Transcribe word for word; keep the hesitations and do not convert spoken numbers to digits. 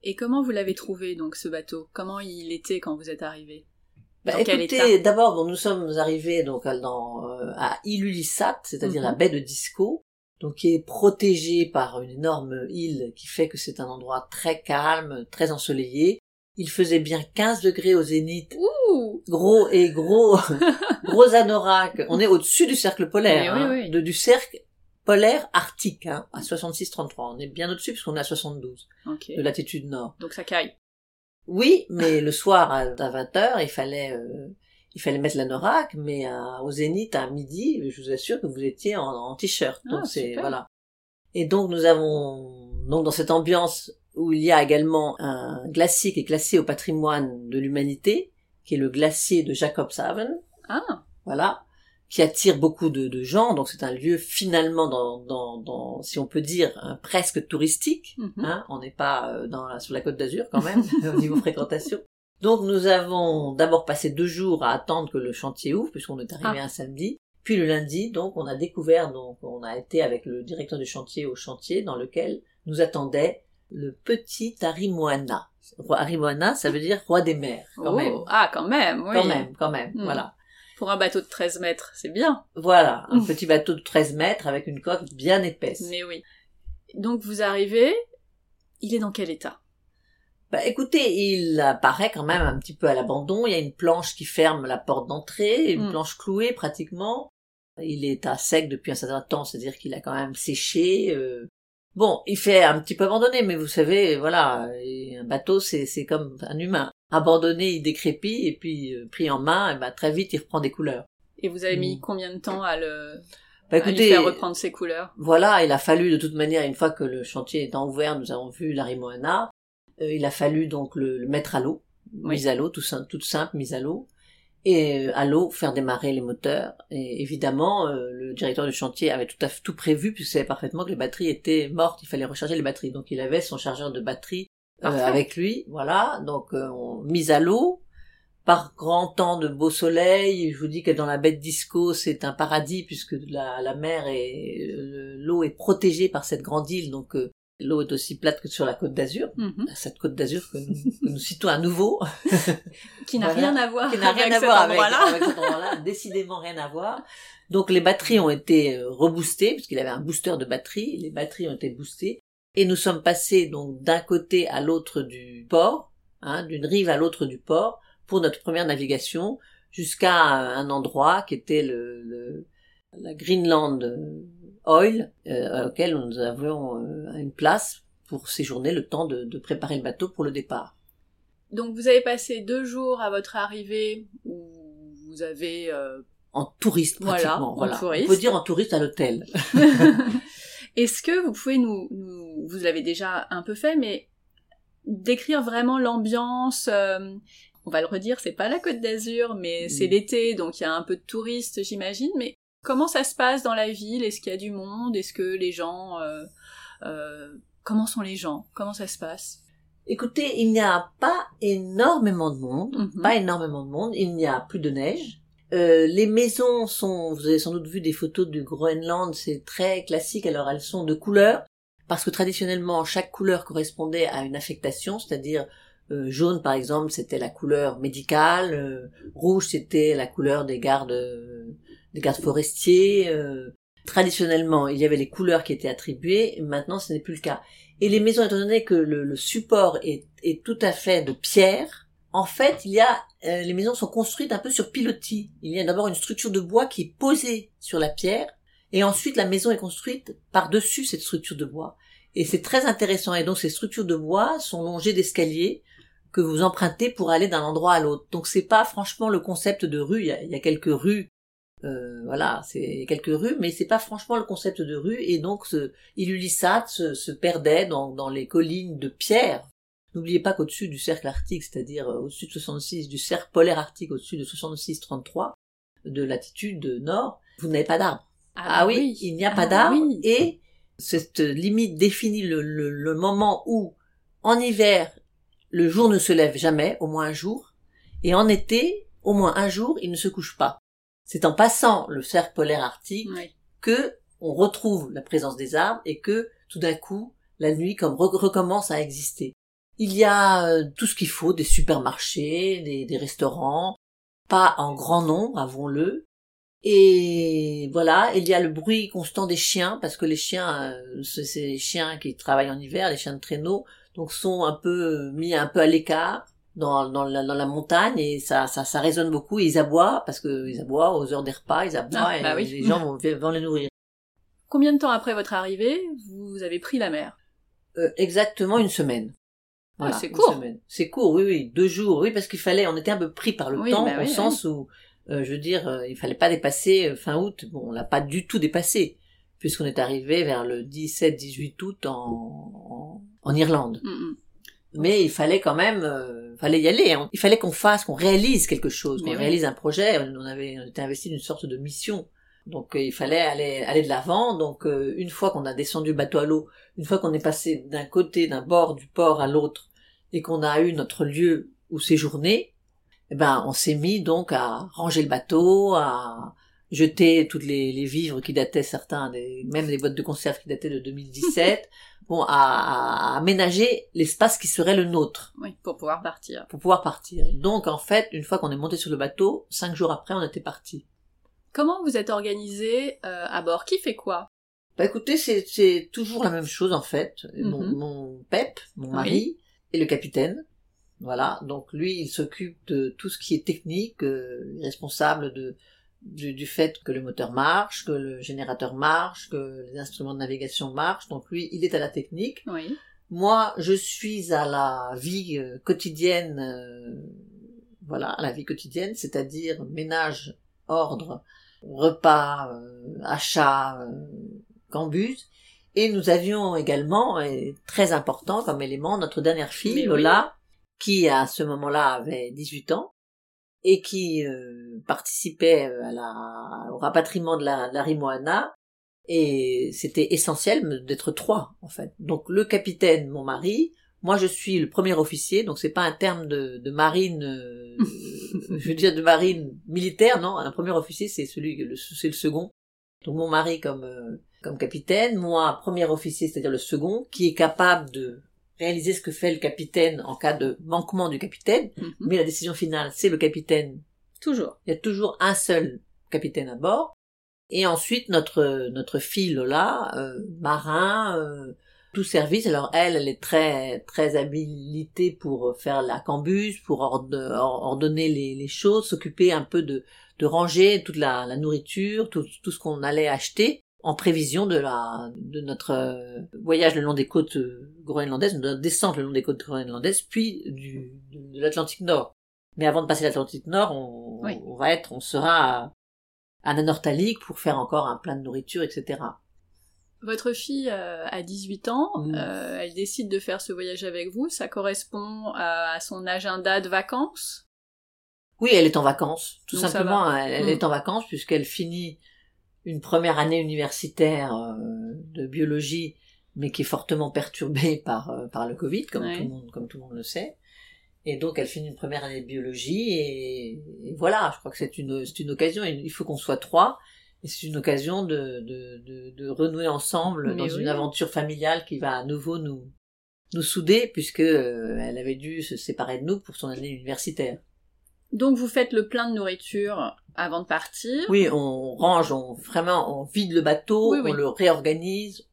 Et comment vous l'avez trouvé, donc, ce bateau? Comment il était quand vous êtes arrivés? Bah, dans quel écoutez, état? d'abord, bon, nous sommes arrivés donc dans, euh, à Ilulissat, c'est-à-dire Mhm. la baie de Disco, donc qui est protégée par une énorme île qui fait que c'est un endroit très calme, très ensoleillé. Il faisait bien quinze degrés au zénith. Ouh! Gros et gros, gros anorak. On est au-dessus du cercle polaire, Mais hein, oui, oui. De, du cercle polaire arctique, hein, à soixante-six virgule trente-trois. On est bien au-dessus puisqu'on est à soixante-douze Ok. de latitude nord. Donc ça caille. Oui, mais le soir à, à vingt heures, il fallait, euh, il fallait mettre l'anorak, mais à, au zénith à midi, je vous assure que vous étiez en, en t-shirt. Ah, Donc c'est super. voilà. Et donc nous avons donc dans cette ambiance où il y a également un glacier qui est classé au patrimoine de l'humanité, qui est le glacier de Jacobshaven. Ah! Voilà, qui attire beaucoup de, de gens. Donc c'est un lieu finalement dans, dans, dans si on peut dire, un presque touristique. Mhm. Hein, on n'est pas euh, dans la, sur la Côte d'Azur quand même au niveau fréquentation. Donc nous avons d'abord passé deux jours à attendre que le chantier ouvre, puisqu'on est arrivé Ah. un samedi. Puis le lundi, donc on a découvert, donc on a été avec le directeur du chantier au chantier dans lequel nous attendait le petit Arimoana. Arimoana, ça veut dire roi des mers, quand Oh. même. Ah, quand même, oui. Quand même, quand même, Hmm. voilà. Pour un bateau de treize mètres, c'est bien. Voilà, un Mmh. petit bateau de treize mètres avec une coque bien épaisse. Mais oui. Donc vous arrivez, il est dans quel état? Bah, écoutez, il apparaît quand même un petit peu à l'abandon. Il y a une planche qui ferme la porte d'entrée, une Mm. planche clouée pratiquement. Il est à sec depuis un certain temps, c'est-à-dire qu'il a quand même séché. Euh... Bon, il fait un petit peu abandonné, mais vous savez, voilà, un bateau, c'est, c'est comme un humain. Abandonné, il décrépit, et puis euh, pris en main, et ben, très vite, il reprend des couleurs. Et vous avez mis Mm. combien de temps à le, Bah, à lui écoutez, faire reprendre ses couleurs? voilà, il a fallu de toute manière, une fois que le chantier étant ouvert, nous avons vu l'Arimoana, euh, il a fallu donc le, le mettre à l'eau, Oui. mise à l'eau, tout simple, toute simple, mise à l'eau, et euh, à l'eau faire démarrer les moteurs. Et évidemment, euh, le directeur du chantier avait tout à fait tout prévu, puisqu'il savait parfaitement que les batteries étaient mortes, il fallait recharger les batteries. Donc il avait son chargeur de batterie euh, avec lui, voilà, donc euh, on, mise à l'eau, par grand temps de beau soleil. Je vous dis que dans la baie de Disco, c'est un paradis, puisque la, la mer et l'eau est protégée par cette grande île, donc euh, l'eau est aussi plate que sur la Côte d'Azur, Mm-hmm. cette Côte d'Azur que nous, que nous citons à nouveau. Qui n'a Voilà. rien à voir Qui n'a rien avec à cet voir avec, endroit-là. avec cet endroit-là, décidément rien à voir. Donc les batteries ont été euh, reboostées, puisqu'il avait un booster de batterie, les batteries ont été boostées, et nous sommes passés donc d'un côté à l'autre du port, hein, d'une rive à l'autre du port, pour notre première navigation, jusqu'à un endroit qui était le, le la Greenland Oil, euh, auquel nous avions euh, une place pour séjourner le temps de, de préparer le bateau pour le départ. Donc vous avez passé deux jours à votre arrivée où vous avez... Euh... En touriste pratiquement, voilà. voilà. En touriste. On peut dire en touriste à l'hôtel. Est-ce que vous pouvez nous, nous... Vous l'avez déjà un peu fait, mais décrire vraiment l'ambiance... Euh... On va le redire, c'est pas la Côte d'Azur, mais c'est Mm. l'été, donc il y a un peu de touristes, j'imagine. Mais comment ça se passe dans la ville? Est-ce qu'il y a du monde? Est-ce que les gens... Euh... Euh... Comment sont les gens? Comment ça se passe? Écoutez, il n'y a pas énormément de monde, Mm-hmm. pas énormément de monde, il n'y a plus de neige. Euh, les maisons sont, vous avez sans doute vu des photos du Groenland, c'est très classique, alors elles sont de couleurs, parce que traditionnellement chaque couleur correspondait à une affectation, c'est-à-dire euh, jaune par exemple c'était la couleur médicale, euh, rouge c'était la couleur des gardes, euh, des gardes forestiers, euh, traditionnellement il y avait les couleurs qui étaient attribuées, maintenant ce n'est plus le cas. Et les maisons, étant donné que le, le support est, est tout à fait de pierre, en fait, il y a euh, les maisons sont construites un peu sur pilotis. Il y a d'abord une structure de bois qui est posée sur la pierre, et ensuite la maison est construite par-dessus cette structure de bois. Et c'est très intéressant. Et donc ces structures de bois sont longées d'escaliers que vous empruntez pour aller d'un endroit à l'autre. Donc c'est pas franchement le concept de rue. Il y a, il y a quelques rues. Euh, voilà, c'est quelques rues, mais c'est pas franchement le concept de rue, et donc ce Ilulissat se, se perdait dans, dans les collines de pierre. N'oubliez pas qu'au-dessus du cercle arctique, c'est-à-dire au-dessus de soixante-six, du cercle polaire arctique au-dessus de soixante-six virgule trente-trois de latitude nord, vous n'avez pas d'arbres. Ah, Ah oui, oui, il n'y a ah pas d'arbres, oui. Et cette limite définit le, le, le moment où, en hiver, le jour ne se lève jamais, au moins un jour, et en été, au moins un jour, il ne se couche pas. C'est en passant le cercle polaire arctique Oui. que on retrouve la présence des arbres et que tout d'un coup la nuit comme re- recommence à exister. Il y a euh, tout ce qu'il faut, des supermarchés, des, des restaurants, pas en grand nombre, avouons-le. Et voilà, il y a le bruit constant des chiens, parce que les chiens, euh, c'est c'est les chiens qui travaillent en hiver, les chiens de traîneau, donc sont un peu mis un peu à l'écart dans, dans, la, dans la montagne, et ça, ça, ça résonne beaucoup. Ils aboient, parce que ils aboient aux heures des repas, ils aboient, Ah, et bah oui. les gens vont, vont les nourrir. Combien de temps après votre arrivée, vous avez pris la mer? Euh, exactement une semaine. Voilà, ah, c'est une court. semaine. C'est court, oui, oui, deux jours, oui, parce qu'il fallait, on était un peu pris par le Oui, temps, bah au oui, sens oui. où, euh, je veux dire, euh, il fallait pas dépasser euh, fin août. Bon, on l'a pas du tout dépassé, puisqu'on est arrivé vers le dix-sept dix-huit août en, en, en Irlande. Mm-mm. Mais il fallait quand même, euh, fallait y aller. Hein. Il fallait qu'on fasse, qu'on réalise quelque chose, qu'on Mais oui. réalise un projet. On avait, on était investi d'une sorte de mission. Donc euh, il fallait aller aller de l'avant. Donc euh, une fois qu'on a descendu le bateau à l'eau, une fois qu'on est passé d'un côté, d'un bord du port à l'autre, et qu'on a eu notre lieu où séjourner, eh ben on s'est mis donc à ranger le bateau, à jeter toutes les, les vivres qui dataient, certains, des, même des boîtes de conserve qui dataient de deux mille dix-sept, bon, à, à aménager l'espace qui serait le nôtre. Oui, pour pouvoir partir. Pour pouvoir partir. Donc en fait, une fois qu'on est monté sur le bateau, cinq jours après, on était parti. Comment vous êtes organisé euh, à bord? Qui fait quoi? Bah écoutez, c'est, c'est toujours la même chose en fait. Mm-hmm. Mon, mon Pep, mon mari, oui. Et le capitaine. Voilà, donc lui, il s'occupe de tout ce qui est technique, euh, responsable de, du, du fait que le moteur marche, que le générateur marche, que les instruments de navigation marchent. Donc lui, il est à la technique. Oui. Moi, je suis à la vie euh, quotidienne, euh, voilà, à la vie quotidienne, c'est-à-dire ménage, ordre, repas, euh, achat, euh, cambuse. Et nous avions également, et très important comme élément, notre dernière fille, Mais Lola, oui. Qui à ce moment-là avait dix-huit ans et qui euh, participait à la, au rapatriement de la, de la Rimoana. Et c'était essentiel d'être trois, en fait. Donc le capitaine, mon mari, moi je suis le premier officier, donc c'est pas un terme de, de marine, euh, je veux dire de marine militaire, non. Un premier officier, c'est celui, le, c'est le second. Donc mon mari comme euh, comme capitaine, moi premier officier, c'est-à-dire le second, qui est capable de réaliser ce que fait le capitaine en cas de manquement du capitaine, mm-hmm. Mais la décision finale, c'est le capitaine. Toujours. Il y a toujours un seul capitaine à bord. Et ensuite notre notre fille Lola, euh, marin, euh, tout service. Alors elle, elle est très très habilitée pour faire la cambuse, pour ordre, ordonner les, les choses, s'occuper un peu de de ranger toute la, la nourriture, tout tout ce qu'on allait acheter en prévision de la de notre voyage le long des côtes groenlandaises, de notre descente le long des côtes groenlandaises, puis du de l'Atlantique Nord. Mais avant de passer l'Atlantique Nord, on, oui. on va être, on sera à, à Nanortalik pour faire encore un plein de nourriture, et cetera. Votre fille euh, a dix-huit ans, mmh. euh, elle décide de faire ce voyage avec vous, ça correspond à, à son agenda de vacances? Oui, elle est en vacances, tout Donc simplement, elle, elle mmh. est en vacances puisqu'elle finit une première année universitaire euh, de biologie, mais qui est fortement perturbée par euh, par le Covid, comme ouais. tout le monde comme tout le monde le sait. Et donc elle finit une première année de biologie et, et voilà, je crois que c'est une c'est une occasion. Il faut qu'on soit trois et c'est une occasion de de de, de renouer ensemble mais dans oui. une aventure familiale qui va à nouveau nous nous souder puisque euh, elle avait dû se séparer de nous pour son année universitaire. Donc vous faites le plein de nourriture avant de partir. Oui, on range, on vraiment on vide le bateau, oui, oui. on le réorganise,